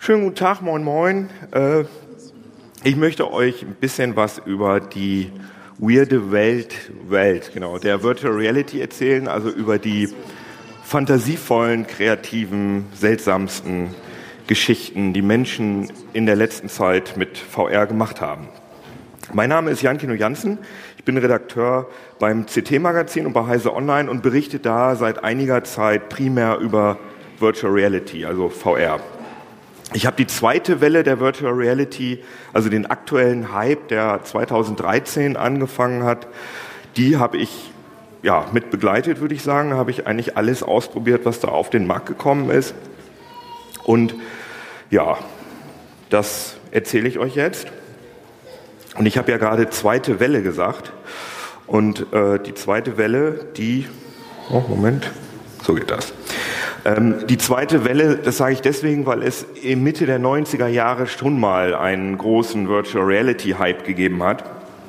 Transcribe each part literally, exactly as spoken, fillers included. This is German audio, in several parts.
Schönen guten Tag, moin moin. Äh, ich möchte euch ein bisschen was über die weirde Welt, Welt, genau, der Virtual Reality erzählen, also über die fantasievollen, kreativen, seltsamsten Geschichten, die Menschen in der letzten Zeit mit V R gemacht haben. Mein Name ist Jan Kino Jansen, ich bin Redakteur beim C T-Magazin und bei Heise Online und berichte da seit einiger Zeit primär über Virtual Reality, also V R. Ich habe die zweite Welle der Virtual Reality, also den aktuellen Hype, der zweitausenddreizehn angefangen hat, die habe ich ja, mit begleitet, würde ich sagen. Da habe ich eigentlich alles ausprobiert, was da auf den Markt gekommen ist. Und ja, das erzähle ich euch jetzt. Und ich habe ja gerade zweite Welle gesagt. Und äh, die zweite Welle, die... Oh, Moment. So geht das. Ähm, die zweite Welle, das sage ich deswegen, weil es in Mitte der neunziger Jahre schon mal einen großen Virtual Reality Hype gegeben hat.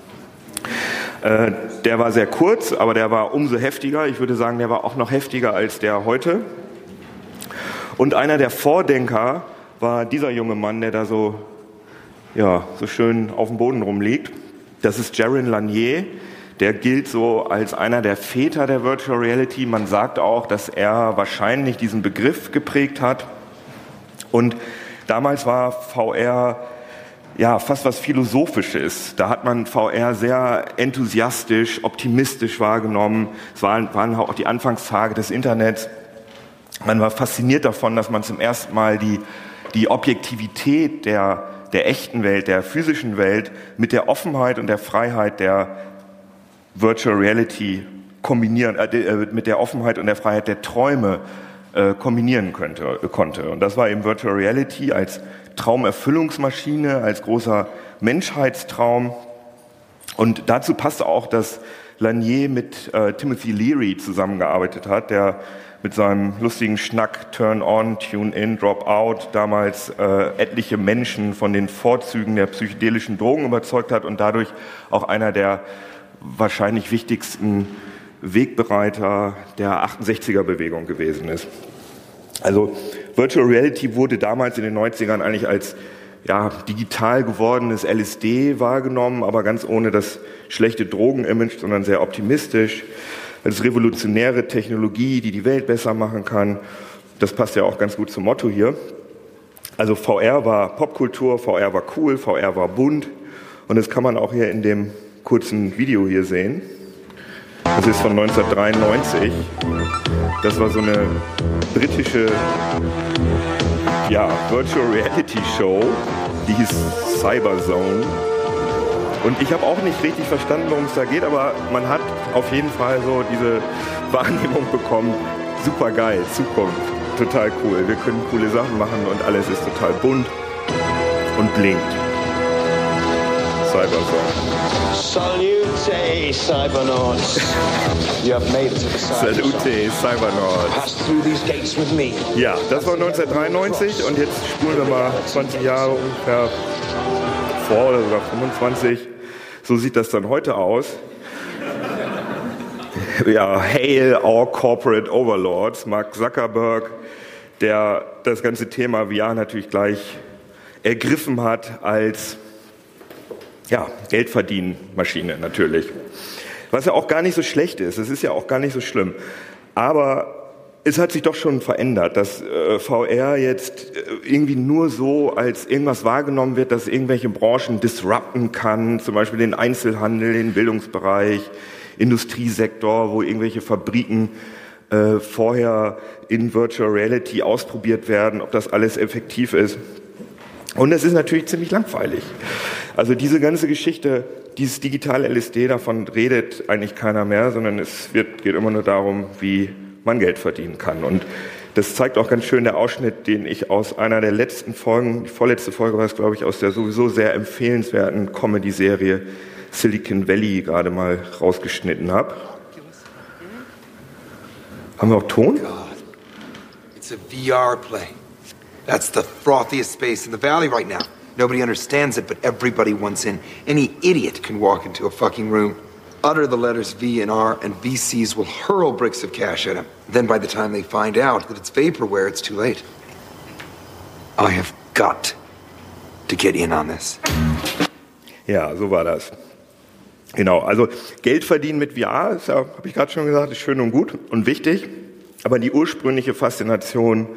Äh, der war sehr kurz, aber der war umso heftiger. Ich würde sagen, der war auch noch heftiger als der heute. Und einer der Vordenker war dieser junge Mann, der da so, ja, so schön auf dem Boden rumliegt. Das ist Jaron Lanier. Der gilt so als einer der Väter der Virtual Reality. Man sagt auch, dass er wahrscheinlich diesen Begriff geprägt hat. Und damals war V R ja fast was Philosophisches. Da hat man V R sehr enthusiastisch, optimistisch wahrgenommen. Es waren, waren auch die Anfangstage des Internets. Man war fasziniert davon, dass man zum ersten Mal die, die Objektivität der, der echten Welt, der physischen Welt mit der Offenheit und der Freiheit der Virtual Reality kombinieren, äh, mit der Offenheit und der Freiheit der Träume äh, kombinieren könnte, äh, konnte. Und das war eben Virtual Reality als Traumerfüllungsmaschine, als großer Menschheitstraum. Und dazu passte auch, dass Lanier mit äh, Timothy Leary zusammengearbeitet hat, der mit seinem lustigen Schnack Turn On, Tune In, Drop Out damals äh, etliche Menschen von den Vorzügen der psychedelischen Drogen überzeugt hat und dadurch auch einer der wahrscheinlich wichtigsten Wegbereiter der achtundsechziger-Bewegung gewesen ist. Also Virtual Reality wurde damals in den neunzigern eigentlich als ja, digital gewordenes L S D wahrgenommen, aber ganz ohne das schlechte Drogen-Image, sondern sehr optimistisch, als revolutionäre Technologie, die die Welt besser machen kann. Das passt ja auch ganz gut zum Motto hier. Also V R war Popkultur, V R war cool, V R war bunt und das kann man auch hier in dem kurzen Video hier sehen. Das ist von neunzehnhundertdreiundneunzig. Das war so eine britische ja, Virtual Reality Show, die hieß Cyberzone. Und ich habe auch nicht richtig verstanden, worum es da geht, aber man hat auf jeden Fall so diese Wahrnehmung bekommen, super geil, Zukunft, total cool. Wir können coole Sachen machen und alles ist total bunt und blinkt. Cyberzone. Salute, Cybernauts. You have made it to the Cyberzone. Salute, Cybernauts. Pass through these gates with me. Ja, das war neunzehnhundertdreiundneunzig und jetzt spulen wir mal zwanzig Jahre ungefähr vor oder sogar fünfundzwanzig. So sieht das dann heute aus. Ja, hail our corporate overlords, Mark Zuckerberg, der das ganze Thema V R natürlich gleich ergriffen hat als ja, Geldverdienmaschine natürlich. Was ja auch gar nicht so schlecht ist, es ist ja auch gar nicht so schlimm. Aber es hat sich doch schon verändert, dass äh, V R jetzt äh, irgendwie nur so als irgendwas wahrgenommen wird, dass irgendwelche Branchen disrupten kann, zum Beispiel den Einzelhandel, den Bildungsbereich, Industriesektor, wo irgendwelche Fabriken äh, vorher in Virtual Reality ausprobiert werden, ob das alles effektiv ist. Und es ist natürlich ziemlich langweilig. Also diese ganze Geschichte, dieses digitale L S D, davon redet eigentlich keiner mehr, sondern es wird, geht immer nur darum, wie man Geld verdienen kann. Und das zeigt auch ganz schön der Ausschnitt, den ich aus einer der letzten Folgen, die vorletzte Folge war es, glaube ich, aus der sowieso sehr empfehlenswerten Comedy-Serie Silicon Valley gerade mal rausgeschnitten habe. Haben wir auch Ton? God. It's a V R play. That's the frothiest space in the valley right now. Nobody understands it, but everybody wants in. Any idiot can walk into a fucking room, utter the letters V and R, and V Cs will hurl bricks of cash at him. Then by the time they find out that it's vaporware, it's too late. I have got to get in on this. Ja, so war das. Genau, also Geld verdienen mit V R, ist ja, habe ich gerade schon gesagt, ist schön und gut und wichtig, aber die ursprüngliche Faszination,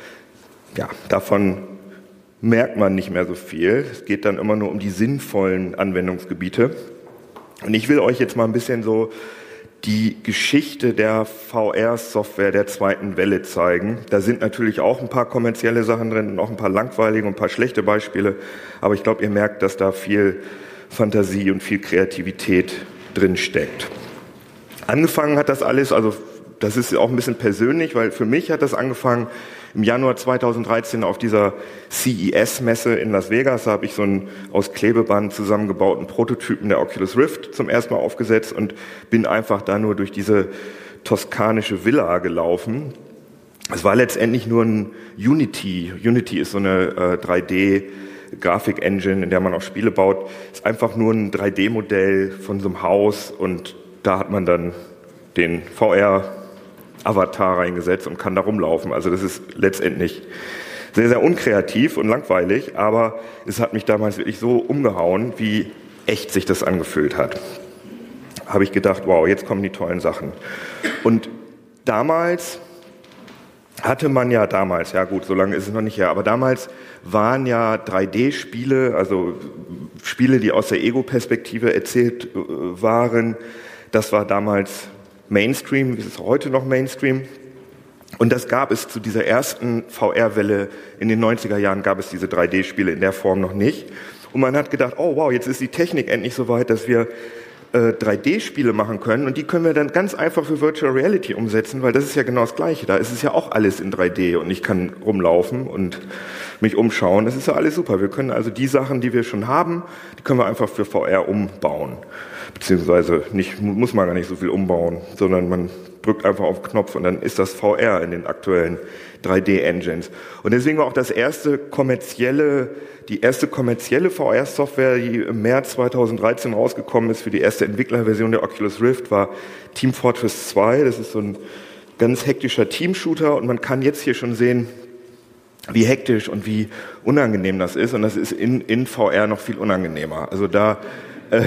ja, davon merkt man nicht mehr so viel. Es geht dann immer nur um die sinnvollen Anwendungsgebiete. Und ich will euch jetzt mal ein bisschen so die Geschichte der V R-Software der zweiten Welle zeigen. Da sind natürlich auch ein paar kommerzielle Sachen drin und auch ein paar langweilige und ein paar schlechte Beispiele, aber ich glaube, ihr merkt, dass da viel Fantasie und viel Kreativität drin steckt. Angefangen hat das alles, also das ist auch ein bisschen persönlich, weil für mich hat das angefangen im Januar zweitausenddreizehn auf dieser C E S-Messe in Las Vegas. Da habe ich so einen aus Klebeband zusammengebauten Prototypen der Oculus Rift zum ersten Mal aufgesetzt und bin einfach da nur durch diese toskanische Villa gelaufen. Es war letztendlich nur ein Unity. Unity ist so eine äh, drei D Grafik-Engine, in der man auch Spiele baut. Ist einfach nur ein drei D Modell von so einem Haus und da hat man dann den V R-Avatar reingesetzt und kann da rumlaufen. Also das ist letztendlich sehr, sehr unkreativ und langweilig, aber es hat mich damals wirklich so umgehauen, wie echt sich das angefühlt hat. Habe ich gedacht, wow, jetzt kommen die tollen Sachen. Und damals hatte man ja damals, ja gut, so lange ist es noch nicht her, aber damals waren ja drei D Spiele, also Spiele, die aus der Ego-Perspektive erzählt äh, waren, das war damals Mainstream, ist es heute noch Mainstream. Und das gab es zu dieser ersten V R-Welle in den neunziger Jahren, gab es diese drei D Spiele in der Form noch nicht. Und man hat gedacht, oh wow, jetzt ist die Technik endlich so weit, dass wir äh, drei D Spiele machen können und die können wir dann ganz einfach für Virtual Reality umsetzen, weil das ist ja genau das Gleiche. Da ist es ja auch alles in drei D und ich kann rumlaufen und mich umschauen. Das ist ja alles super. Wir können also die Sachen, die wir schon haben, die können wir einfach für V R umbauen. Beziehungsweise nicht, muss man gar nicht so viel umbauen, sondern man drückt einfach auf den Knopf und dann ist das V R in den aktuellen drei D Engines. Und deswegen war auch das erste kommerzielle, die erste kommerzielle V R-Software, die im März zweitausenddreizehn rausgekommen ist für die erste Entwicklerversion der Oculus Rift, war Team Fortress zwei. Das ist so ein ganz hektischer Team-Shooter und man kann jetzt hier schon sehen, wie hektisch und wie unangenehm das ist. Und das ist in, in V R noch viel unangenehmer. Also da äh,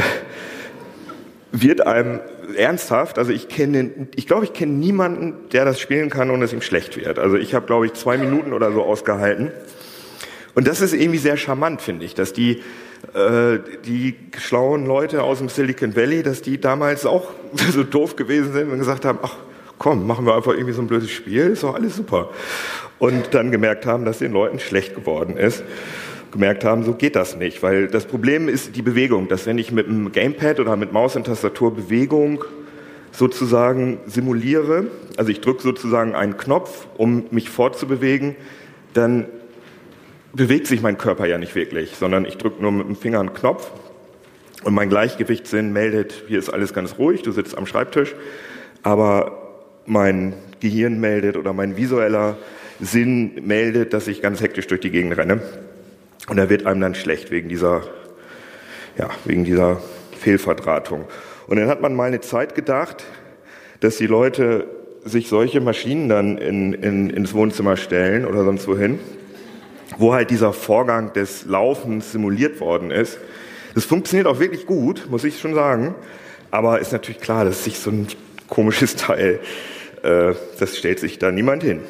wird einem ernsthaft, also ich kenne, ich glaube, ich kenne niemanden, der das spielen kann, ohne dass ihm schlecht wird. Also ich habe, glaube ich, zwei Minuten oder so ausgehalten. Und das ist irgendwie sehr charmant, finde ich, dass die, äh, die schlauen Leute aus dem Silicon Valley, dass die damals auch so doof gewesen sind und gesagt haben, ach komm, machen wir einfach irgendwie so ein blödes Spiel, ist doch alles super. Und dann gemerkt haben, dass den Leuten schlecht geworden ist. Gemerkt haben, so geht das nicht, weil das Problem ist die Bewegung, dass wenn ich mit einem Gamepad oder mit Maus und Tastatur Bewegung sozusagen simuliere, also ich drücke sozusagen einen Knopf, um mich fortzubewegen, dann bewegt sich mein Körper ja nicht wirklich, sondern ich drücke nur mit dem Finger einen Knopf und mein Gleichgewichtssinn meldet, hier ist alles ganz ruhig, du sitzt am Schreibtisch, aber mein Gehirn meldet oder mein visueller Sinn meldet, dass ich ganz hektisch durch die Gegend renne. Und da wird einem dann schlecht wegen dieser, ja, wegen dieser Fehlverdrahtung. Und dann hat man mal eine Zeit gedacht, dass die Leute sich solche Maschinen dann in, in, ins Wohnzimmer stellen oder sonst wohin, wo halt dieser Vorgang des Laufens simuliert worden ist. Das funktioniert auch wirklich gut, muss ich schon sagen. Aber ist natürlich klar, dass sich so ein komisches Teil, äh, das stellt sich da niemand hin.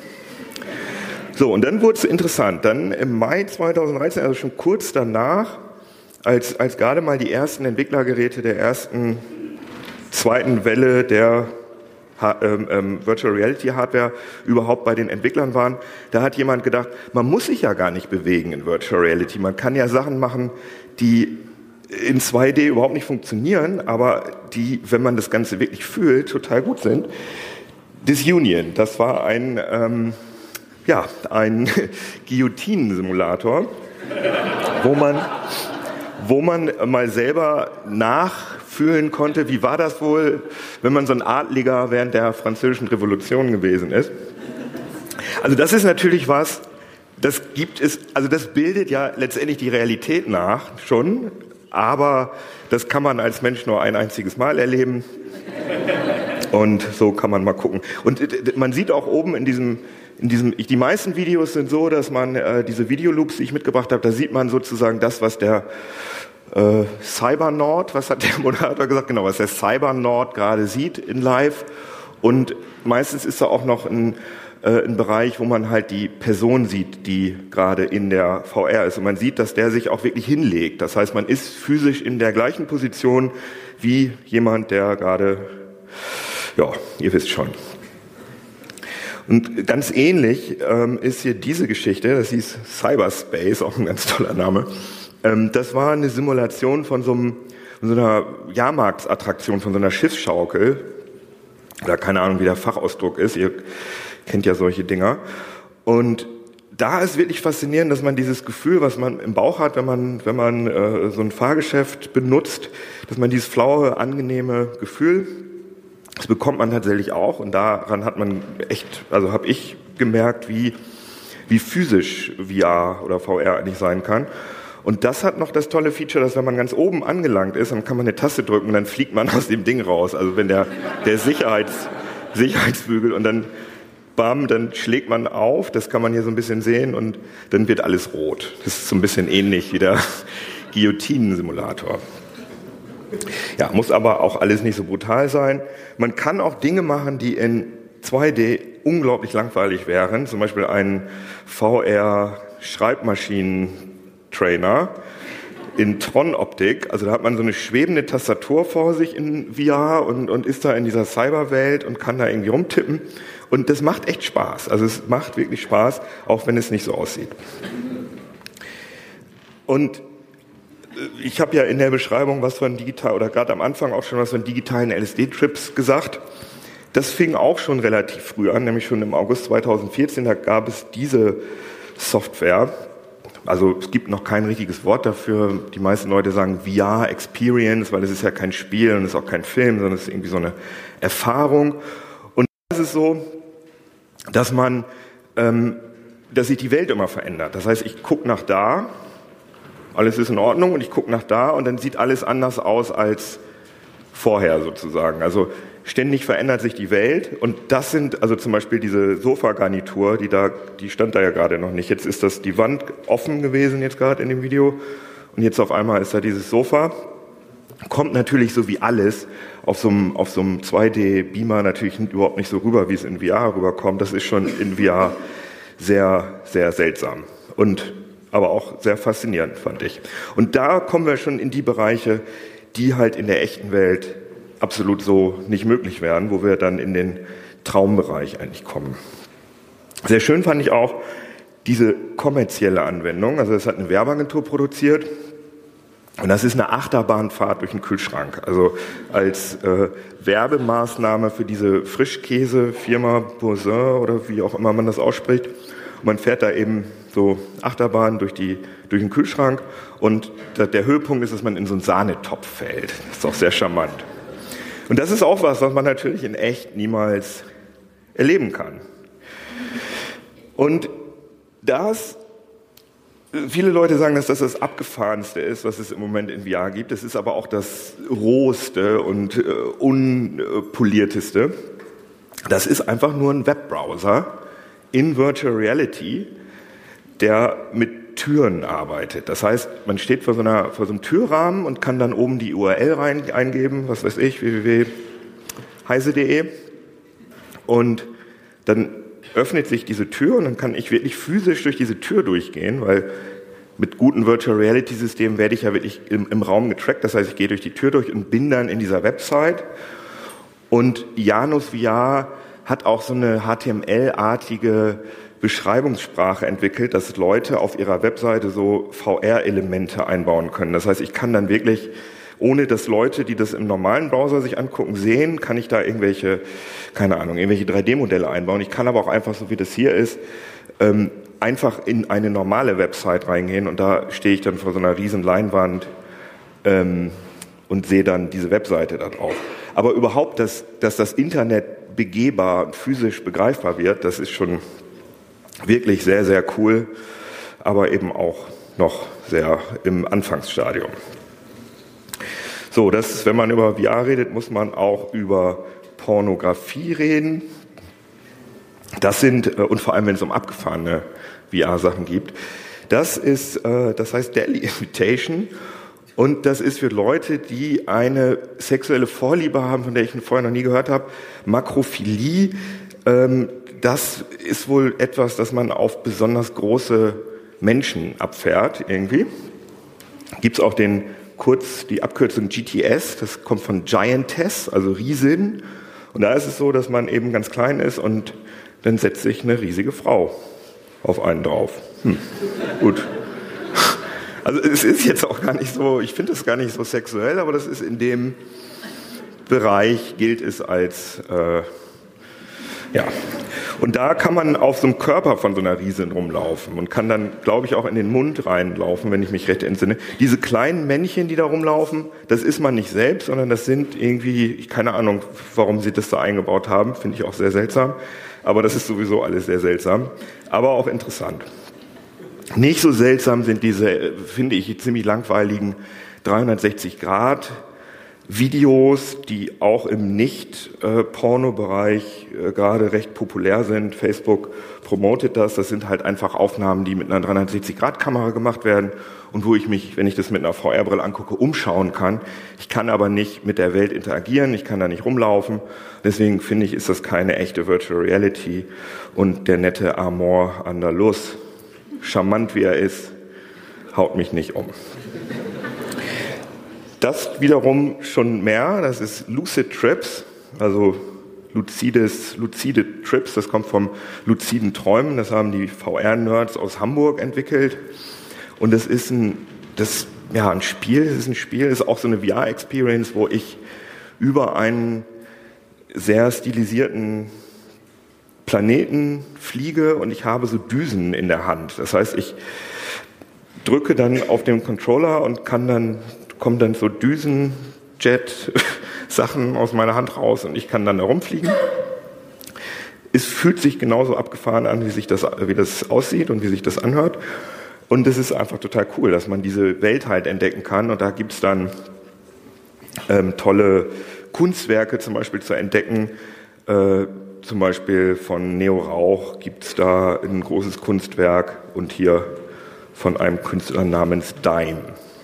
So, und dann wurde es interessant. Dann im Mai zweitausenddreizehn, also schon kurz danach, als, als gerade mal die ersten Entwicklergeräte der ersten, zweiten Welle der ähm, ähm, Virtual Reality Hardware überhaupt bei den Entwicklern waren, da hat jemand gedacht, man muss sich ja gar nicht bewegen in Virtual Reality. Man kann ja Sachen machen, die in zwei D überhaupt nicht funktionieren, aber die, wenn man das Ganze wirklich fühlt, total gut sind. Disunion, das war ein... Ähm, Ja, ein Guillotinen-Simulator, wo man, wo man mal selber nachfühlen konnte, wie war das wohl, wenn man so ein Adliger während der Französischen Revolution gewesen ist. Also das ist natürlich was, das gibt es, also das bildet ja letztendlich die Realität nach schon, aber das kann man als Mensch nur ein einziges Mal erleben. Und so kann man mal gucken. Und man sieht auch oben in diesem, in diesem, die meisten Videos sind so, dass man äh, diese Videoloops, die ich mitgebracht habe, da sieht man sozusagen das, was der äh, Cybernord, was hat der Moderator gesagt? Genau, was der Cybernord gerade sieht in Live. Und meistens ist da auch noch ein, äh, ein Bereich, wo man halt die Person sieht, die gerade in der V R ist. Und man sieht, dass der sich auch wirklich hinlegt. Das heißt, man ist physisch in der gleichen Position wie jemand, der gerade, ja, ihr wisst schon. Und ganz ähnlich ähm, ist hier diese Geschichte, das hieß Cyberspace, auch ein ganz toller Name. Ähm, das war eine Simulation von so, einem, von so einer Jahrmarktsattraktion, von so einer Schiffsschaukel. Oder keine Ahnung, wie der Fachausdruck ist, ihr kennt ja solche Dinger. Und da ist wirklich faszinierend, dass man dieses Gefühl, was man im Bauch hat, wenn man, wenn man äh, so ein Fahrgeschäft benutzt, dass man dieses flaue, angenehme Gefühl, das bekommt man tatsächlich auch. Und daran hat man echt, also habe ich gemerkt, wie, wie physisch V R oder V R eigentlich sein kann. Und das hat noch das tolle Feature, dass wenn man ganz oben angelangt ist, dann kann man eine Taste drücken und dann fliegt man aus dem Ding raus. Also wenn der, der Sicherheits, Sicherheitsbügel und dann bam, dann schlägt man auf, das kann man hier so ein bisschen sehen und dann wird alles rot. Das ist so ein bisschen ähnlich wie der Guillotinen-Simulator. Ja, muss aber auch alles nicht so brutal sein. Man kann auch Dinge machen, die in zwei D unglaublich langweilig wären. Zum Beispiel einen V R-Schreibmaschinen-Trainer in Tron-Optik. Also da hat man so eine schwebende Tastatur vor sich in V R und, und ist da in dieser Cyberwelt und kann da irgendwie rumtippen. Und das macht echt Spaß. Also es macht wirklich Spaß, auch wenn es nicht so aussieht. Und ich habe ja in der Beschreibung was von digital, oder gerade am Anfang auch schon was von digitalen L S D-Trips gesagt. Das fing auch schon relativ früh an, nämlich schon im August zweitausendvierzehn, da gab es diese Software. Also es gibt noch kein richtiges Wort dafür. Die meisten Leute sagen V R-Experience, weil es ist ja kein Spiel und es ist auch kein Film, sondern es ist irgendwie so eine Erfahrung. Und es ist so, dass man, ähm, dass sich die Welt immer verändert. Das heißt, ich gucke nach da, alles ist in Ordnung und ich gucke nach da und dann sieht alles anders aus als vorher sozusagen. Also ständig verändert sich die Welt und das sind also zum Beispiel diese Sofagarnitur, die da, die stand da ja gerade noch nicht. Jetzt ist das die Wand offen gewesen jetzt gerade in dem Video und jetzt auf einmal ist da dieses Sofa. Kommt natürlich so wie alles auf so einem, auf so einem zwei D-Beamer natürlich überhaupt nicht so rüber, wie es in V R rüberkommt. Das ist schon in V R sehr, sehr seltsam und aber auch sehr faszinierend, fand ich. Und da kommen wir schon in die Bereiche, die halt in der echten Welt absolut so nicht möglich wären, wo wir dann in den Traumbereich eigentlich kommen. Sehr schön fand ich auch diese kommerzielle Anwendung. Also das hat eine Werbeagentur produziert. Und das ist eine Achterbahnfahrt durch den Kühlschrank. Also als äh, Werbemaßnahme für diese Frischkäsefirma Boursin oder wie auch immer man das ausspricht. Und man fährt da eben so Achterbahn durch, die, durch den Kühlschrank. Und der, der Höhepunkt ist, dass man in so einen Sahnetopf fällt. Das ist auch sehr charmant. Und das ist auch was, was man natürlich in echt niemals erleben kann. Und das... Viele Leute sagen, dass das das Abgefahrenste ist, was es im Moment in V R gibt. Das ist aber auch das rohste und äh, unpolierteste. Das ist einfach nur ein Webbrowser in Virtual Reality, der mit Türen arbeitet. Das heißt, man steht vor so, einer, vor so einem Türrahmen und kann dann oben die U R L rein, eingeben, was weiß ich, w w w punkt heise punkt de und dann öffnet sich diese Tür und dann kann ich wirklich physisch durch diese Tür durchgehen, weil mit guten Virtual Reality Systemen werde ich ja wirklich im, im Raum getrackt. Das heißt, ich gehe durch die Tür durch und bin dann in dieser Website. Und Janus V R hat auch so eine H T M L-artige Beschreibungssprache entwickelt, dass Leute auf ihrer Webseite so V R-Elemente einbauen können. Das heißt, ich kann dann wirklich, ohne dass Leute, die das im normalen Browser sich angucken, sehen, kann ich da irgendwelche, keine Ahnung, irgendwelche drei D Modelle einbauen. Ich kann aber auch einfach, so wie das hier ist, ähm, einfach in eine normale Website reingehen und da stehe ich dann vor so einer riesen Leinwand ähm, und sehe dann diese Webseite da drauf. Aber überhaupt, dass, dass das Internet begehbar und physisch begreifbar wird, das ist schon wirklich sehr, sehr cool, aber eben auch noch sehr im Anfangsstadium. So, das, wenn man über V R redet, muss man auch über Pornografie reden. Das sind, äh, und vor allem wenn es um abgefahrene V R-Sachen gibt, das ist, äh, das heißt Deadly Invitation. Und das ist für Leute, die eine sexuelle Vorliebe haben, von der ich vorher noch nie gehört habe, Makrophilie. Ähm, das ist wohl etwas, das man auf besonders große Menschen abfährt irgendwie. Gibt es auch den kurz die Abkürzung G T S, das kommt von Giantess, also Riesin. Und da ist es so, dass man eben ganz klein ist und dann setzt sich eine riesige Frau auf einen drauf. Hm. Gut. Also es ist jetzt auch gar nicht so, ich finde es gar nicht so sexuell, aber das ist in dem Bereich, gilt es als, äh, ja. Und da kann man auf so einem Körper von so einer Riesin rumlaufen und kann dann, glaube ich, auch in den Mund reinlaufen, wenn ich mich recht entsinne. Diese kleinen Männchen, die da rumlaufen, das ist man nicht selbst, sondern das sind irgendwie, ich keine Ahnung, warum sie das da eingebaut haben, finde ich auch sehr seltsam. Aber das ist sowieso alles sehr seltsam, aber auch interessant. Nicht so seltsam sind diese, finde ich, ziemlich langweiligen dreihundertsechzig Grad Videos, die auch im Nicht-Porno-Bereich äh, gerade recht populär sind. Facebook promotet das. Das sind halt einfach Aufnahmen, die mit einer dreihundertsechzig Grad Kamera gemacht werden und wo ich mich, wenn ich das mit einer V R-Brille angucke, umschauen kann. Ich kann aber nicht mit der Welt interagieren, ich kann da nicht rumlaufen. Deswegen finde ich, ist das keine echte Virtual Reality. Und der nette Amor Andalus, charmant wie er ist, haut mich nicht um. Das wiederum schon mehr, das ist Lucid Trips, also lucides, lucide Trips, das kommt vom luziden Träumen, das haben die V R-Nerds aus Hamburg entwickelt. Und das ist ein, das, ja, ein Spiel, das ist ein Spiel, das ist auch so eine V R-Experience, wo ich über einen sehr stilisierten Planeten fliege und ich habe so Düsen in der Hand. Das heißt, ich drücke dann auf den Controller und kann dann, kommen dann so Düsenjet-Sachen aus meiner Hand raus und ich kann dann da rumfliegen. Es fühlt sich genauso abgefahren an, wie sich das, wie das aussieht und wie sich das anhört. Und es ist einfach total cool, dass man diese Welt halt entdecken kann. Und da gibt es dann ähm, tolle Kunstwerke zum Beispiel zu entdecken. Äh, zum Beispiel von Neo Rauch gibt es da ein großes Kunstwerk und hier von einem Künstler namens Dime.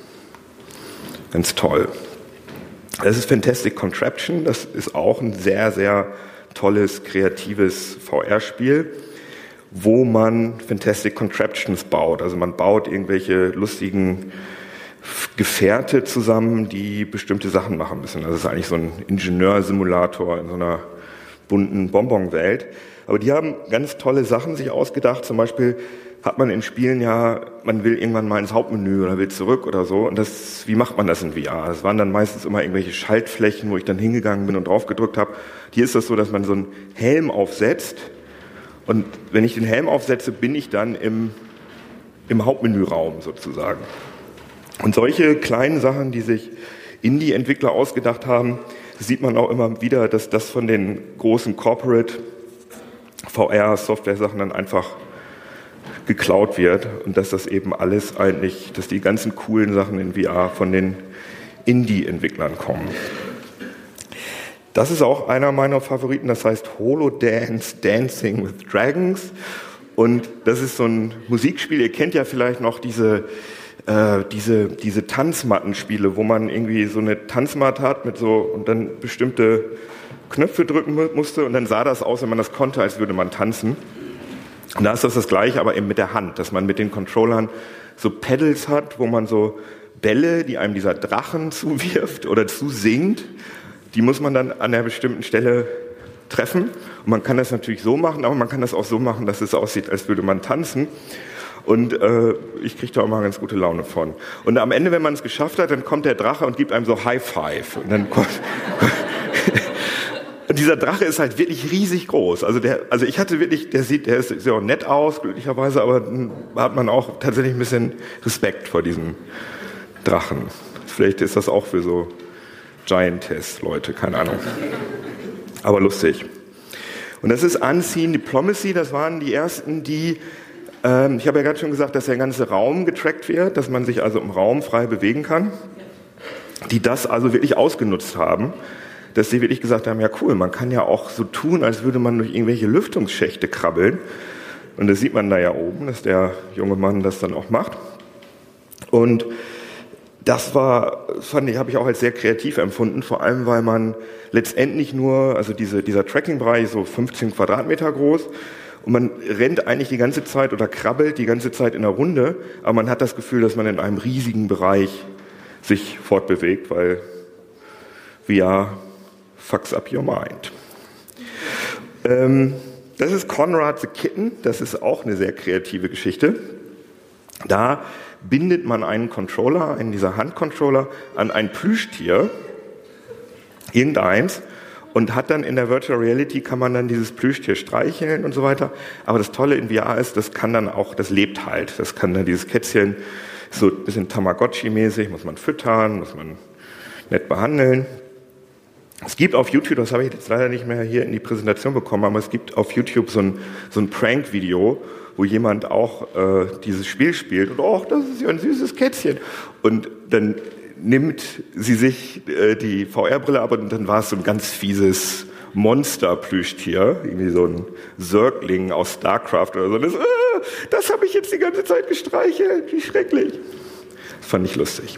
Ganz toll. Das ist Fantastic Contraption. Das ist auch ein sehr, sehr tolles, kreatives V R-Spiel, wo man Fantastic Contraptions baut. Also man baut irgendwelche lustigen Gefährte zusammen, die bestimmte Sachen machen müssen. Das ist eigentlich so ein Ingenieursimulator in so einer bunten Bonbonwelt. Aber die haben ganz tolle Sachen sich ausgedacht. Zum Beispiel hat man in Spielen ja, man will irgendwann mal ins Hauptmenü oder will zurück oder so. Und das, wie macht man das in V R? Das waren dann meistens immer irgendwelche Schaltflächen, wo ich dann hingegangen bin und drauf gedrückt habe. Hier ist das so, dass man so einen Helm aufsetzt. Und wenn ich den Helm aufsetze, bin ich dann im, im Hauptmenüraum sozusagen. Und solche kleinen Sachen, die sich Indie-Entwickler ausgedacht haben, sieht man auch immer wieder, dass das von den großen Corporate V R-Software-Sachen dann einfach geklaut wird und dass das eben alles eigentlich, dass die ganzen coolen Sachen in V R von den Indie-Entwicklern kommen. Das ist auch einer meiner Favoriten, das heißt Holodance Dancing with Dragons und das ist so ein Musikspiel, ihr kennt ja vielleicht noch diese äh, diese diese Tanzmattenspiele, wo man irgendwie so eine Tanzmatte hat mit so und dann bestimmte Knöpfe drücken musste und dann sah das aus, wenn man das konnte, als würde man tanzen. Und da ist das das Gleiche, aber eben mit der Hand, dass man mit den Controllern so Pedals hat, wo man so Bälle, die einem dieser Drachen zuwirft oder zusingt, die muss man dann an einer bestimmten Stelle treffen. Und man kann das natürlich so machen, aber man kann das auch so machen, dass es aussieht, als würde man tanzen. Und äh, ich kriege da auch mal ganz gute Laune von. Und am Ende, wenn man es geschafft hat, dann kommt der Drache und gibt einem so High Five. Und dann kommt... Und dieser Drache ist halt wirklich riesig groß. Also der, also ich hatte wirklich, der sieht, der sieht auch nett aus, glücklicherweise, aber da hat man auch tatsächlich ein bisschen Respekt vor diesem Drachen. Vielleicht ist das auch für so Giantess-Leute, keine Ahnung. Aber lustig. Und das ist Unseen Diplomacy, das waren die ersten, die, ähm, ich habe ja gerade schon gesagt, dass der ganze Raum getrackt wird, dass man sich also im Raum frei bewegen kann, die das also wirklich ausgenutzt haben, dass sie wirklich gesagt haben, ja cool, man kann ja auch so tun, als würde man durch irgendwelche Lüftungsschächte krabbeln. Und das sieht man da ja oben, dass der junge Mann das dann auch macht. Und das war, fand ich, habe ich auch als sehr kreativ empfunden, vor allem, weil man letztendlich nur, also diese, dieser Tracking-Bereich ist so fünfzehn Quadratmeter groß und man rennt eigentlich die ganze Zeit oder krabbelt die ganze Zeit in der Runde, aber man hat das Gefühl, dass man in einem riesigen Bereich sich fortbewegt, weil V R fucks up your mind. Ähm, das ist Conrad the Kitten, das ist auch eine sehr kreative Geschichte. Da bindet man einen Controller, einen dieser Handcontroller, an ein Plüschtier, irgendeins, und hat dann in der Virtual Reality, kann man dann dieses Plüschtier streicheln und so weiter. Aber das Tolle in V R ist, das kann dann auch, das lebt halt. Das kann dann dieses Kätzchen, so ein bisschen Tamagotchi-mäßig, muss man füttern, muss man nett behandeln. Es gibt auf YouTube, das habe ich jetzt leider nicht mehr hier in die Präsentation bekommen, aber es gibt auf YouTube so ein, so ein Prank-Video, wo jemand auch äh, dieses Spiel spielt und oh, das ist ja ein süßes Kätzchen. Und dann nimmt sie sich äh, die V R-Brille ab und dann war es so ein ganz fieses Monster-Plüschtier, irgendwie so ein Zergling aus StarCraft oder so. Das, äh, das habe ich jetzt die ganze Zeit gestreichelt, wie schrecklich. Das fand ich lustig.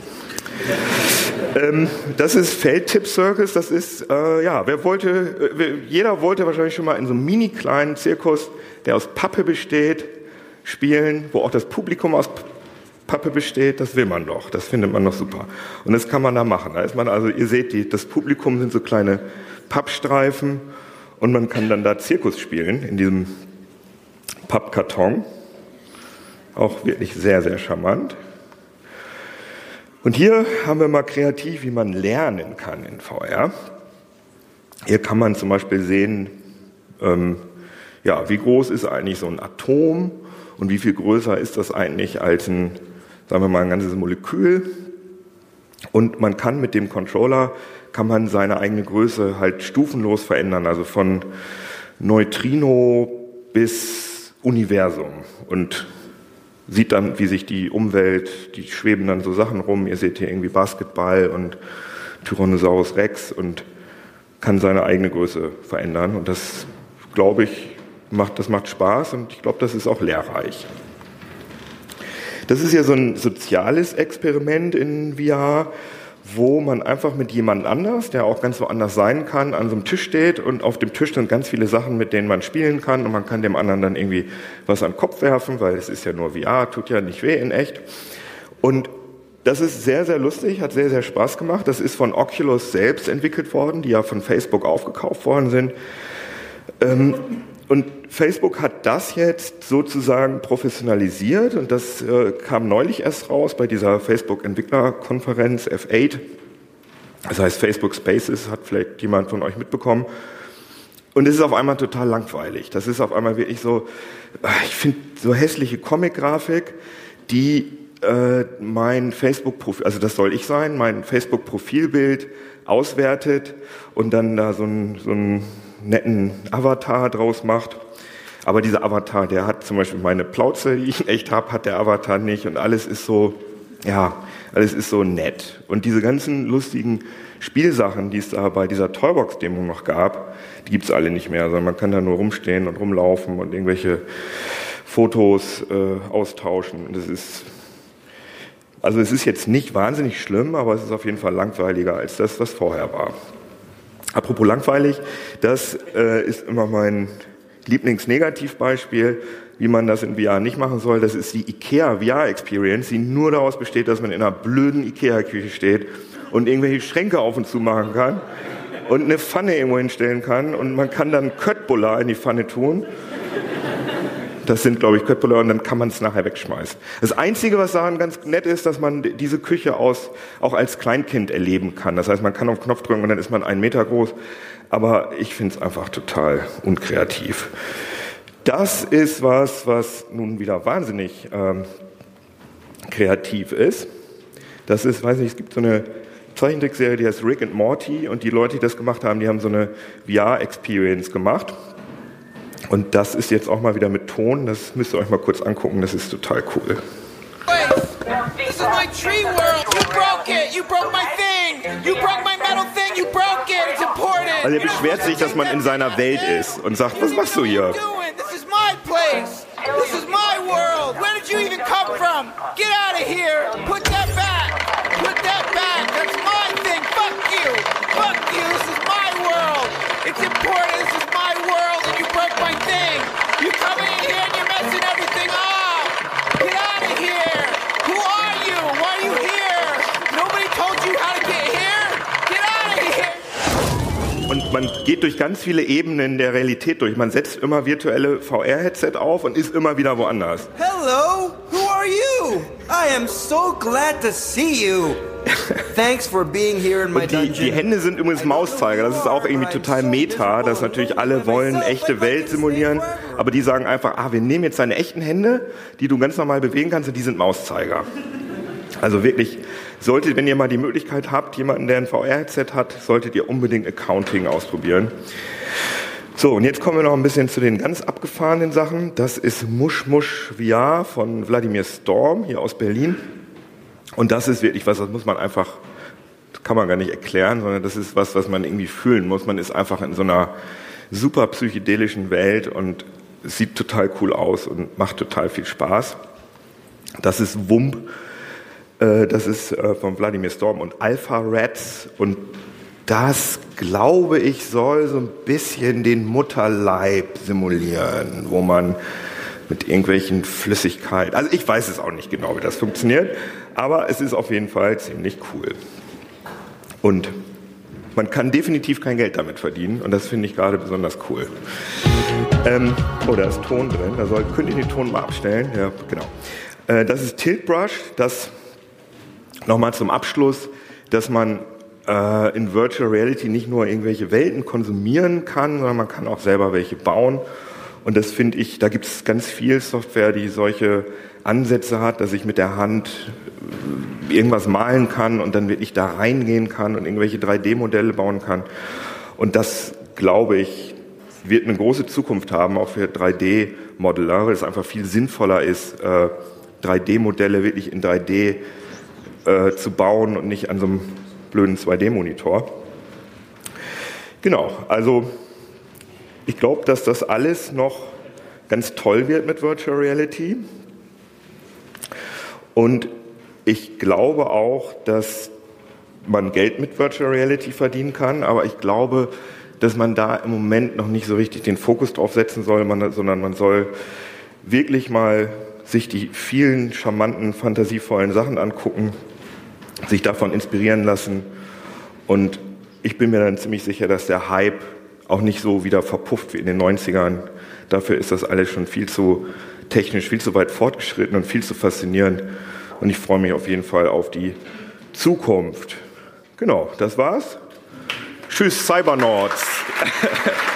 Ähm, das ist Feldtipp-Circus, das ist, äh, ja, wer wollte, äh, jeder wollte wahrscheinlich schon mal in so einem mini kleinen Zirkus, der aus Pappe besteht, spielen, wo auch das Publikum aus Pappe besteht, das will man doch, das findet man doch super. Und das kann man da machen. Da ist man also, ihr seht, die, das Publikum sind so kleine Pappstreifen und man kann dann da Zirkus spielen in diesem Pappkarton. Auch wirklich sehr, sehr charmant. Und hier haben wir mal kreativ, wie man lernen kann in V R. Hier kann man zum Beispiel sehen, ähm, ja, wie groß ist eigentlich so ein Atom und wie viel größer ist das eigentlich als ein, sagen wir mal, ein ganzes Molekül. Und man kann mit dem Controller, kann man seine eigene Größe halt stufenlos verändern, also von Neutrino bis Universum. Und sieht dann, wie sich die Umwelt, die schweben dann so Sachen rum. Ihr seht hier irgendwie Basketball und Tyrannosaurus Rex und kann seine eigene Größe verändern. Und das, glaube ich, macht, das macht Spaß und ich glaube, das ist auch lehrreich. Das ist ja so ein soziales Experiment in V R, wo man einfach mit jemand anders, der auch ganz woanders sein kann, an so einem Tisch steht und auf dem Tisch sind ganz viele Sachen, mit denen man spielen kann und man kann dem anderen dann irgendwie was an den Kopf werfen, weil es ist ja nur V R, tut ja nicht weh in echt. Und das ist sehr, sehr lustig, hat sehr, sehr Spaß gemacht. Das ist von Oculus selbst entwickelt worden, die ja von Facebook aufgekauft worden sind. Und Facebook hat das jetzt sozusagen professionalisiert und das äh, kam neulich erst raus bei dieser Facebook-Entwicklerkonferenz F acht. Das heißt Facebook Spaces, hat vielleicht jemand von euch mitbekommen. Und es ist auf einmal total langweilig. Das ist auf einmal wirklich so, ich finde so hässliche Comic-Grafik, die äh, mein Facebook-Profil, also das soll ich sein, mein Facebook-Profilbild auswertet und dann da so ein, so ein netten Avatar draus macht. Aber dieser Avatar, der hat zum Beispiel meine Plauze, die ich echt habe, hat der Avatar nicht und alles ist so, ja, alles ist so nett. Und diese ganzen lustigen Spielsachen, die es da bei dieser Toybox-Demo noch gab, die gibt's alle nicht mehr, sondern man kann da nur rumstehen und rumlaufen und irgendwelche Fotos äh, austauschen. Und das ist, also es ist jetzt nicht wahnsinnig schlimm, aber es ist auf jeden Fall langweiliger als das, was vorher war. Apropos langweilig, das äh, ist immer mein Lieblingsnegativbeispiel, wie man das in V R nicht machen soll. Das ist die IKEA V R-Experience, die nur daraus besteht, dass man in einer blöden IKEA-Küche steht und irgendwelche Schränke auf und zu machen kann und eine Pfanne irgendwo hinstellen kann und man kann dann Köttbullar in die Pfanne tun. Das sind, glaube ich, Köttbullar und dann kann man es nachher wegschmeißen. Das Einzige, was daran ganz nett ist, dass man diese Küche aus, auch als Kleinkind erleben kann. Das heißt, man kann auf den Knopf drücken und dann ist man einen Meter groß. Aber ich finde es einfach total unkreativ. Das ist was, was nun wieder wahnsinnig ähm, kreativ ist. Das ist, weiß nicht, es gibt so eine Zeichentrickserie, die heißt Rick and Morty und die Leute, die das gemacht haben, die haben so eine V R-Experience gemacht. Und das ist jetzt auch mal wieder mit Ton, das müsst ihr euch mal kurz angucken, das ist total cool. This is my tree world. You broke it. You broke my thing. You broke my metal thing. You broke it. It's important. Also er beschwert sich, dass man in seiner Welt ist und sagt, was machst du hier? This is my place. This is my world. Where did you even come from? Get out of here. Put that back. Put that back. That's my thing. Fuck you. Fuck you. This is my world. It's important. This is my world and you broke my thing. You come in here and you're messing everything up. Get out of here. Who are you? Why are you here? Nobody told you how to get here. Get out of here. Und man geht durch ganz viele Ebenen der Realität durch. Man setzt immer virtuelle V R-Headset auf und ist immer wieder woanders. Hello, who are you? I am so glad to see you. Thanks for being here in my Und die, dungeon. die Hände sind übrigens Mauszeiger. Das ist auch irgendwie total Meta, dass natürlich alle wollen echte Welt simulieren. Aber die sagen einfach, ah, wir nehmen jetzt deine echten Hände, die du ganz normal bewegen kannst, und die sind Mauszeiger. Also wirklich, solltet, wenn ihr mal die Möglichkeit habt, jemanden, der ein V R-Headset hat, solltet ihr unbedingt Accounting ausprobieren. So, und jetzt kommen wir noch ein bisschen zu den ganz abgefahrenen Sachen. Das ist Mush Mush V R von Vladimir Storm hier aus Berlin. Und das ist wirklich was, das muss man einfach, das kann man gar nicht erklären, sondern das ist was, was man irgendwie fühlen muss. Man ist einfach in so einer super psychedelischen Welt und es sieht total cool aus und macht total viel Spaß. Das ist Wump. Das ist von Vladimir Storm und Alpha Rats und das, glaube ich, soll so ein bisschen den Mutterleib simulieren, wo man mit irgendwelchen Flüssigkeiten, also ich weiß es auch nicht genau, wie das funktioniert, aber es ist auf jeden Fall ziemlich cool. Und man kann definitiv kein Geld damit verdienen und das finde ich gerade besonders cool. Ähm, oh, da ist Ton drin, da soll, könnt ihr den Ton mal abstellen? Ja, genau. Äh, das ist Tilt Brush, das nochmal zum Abschluss, dass man äh, in Virtual Reality nicht nur irgendwelche Welten konsumieren kann, sondern man kann auch selber welche bauen. Und das finde ich, da gibt es ganz viel Software, die solche Ansätze hat, dass ich mit der Hand irgendwas malen kann und dann wirklich da reingehen kann und irgendwelche drei D-Modelle bauen kann. Und das, glaube ich, wird eine große Zukunft haben, auch für drei D-Modeler, weil es einfach viel sinnvoller ist, äh, drei D-Modelle wirklich in drei D äh, zu bauen und nicht an so einem blöden zwei D-Monitor. Genau, also ich glaube, dass das alles noch ganz toll wird mit Virtual Reality. Und ich glaube auch, dass man Geld mit Virtual Reality verdienen kann, aber ich glaube, dass man da im Moment noch nicht so richtig den Fokus drauf setzen soll, man, sondern man soll wirklich mal sich die vielen charmanten, fantasievollen Sachen angucken, sich davon inspirieren lassen. Und ich bin mir dann ziemlich sicher, dass der Hype auch nicht so wieder verpufft wie in den neunzigern. Dafür ist das alles schon viel zu technisch, viel zu weit fortgeschritten und viel zu faszinierend. Und ich freue mich auf jeden Fall auf die Zukunft. Genau, das war's. Tschüss, Cybernauts.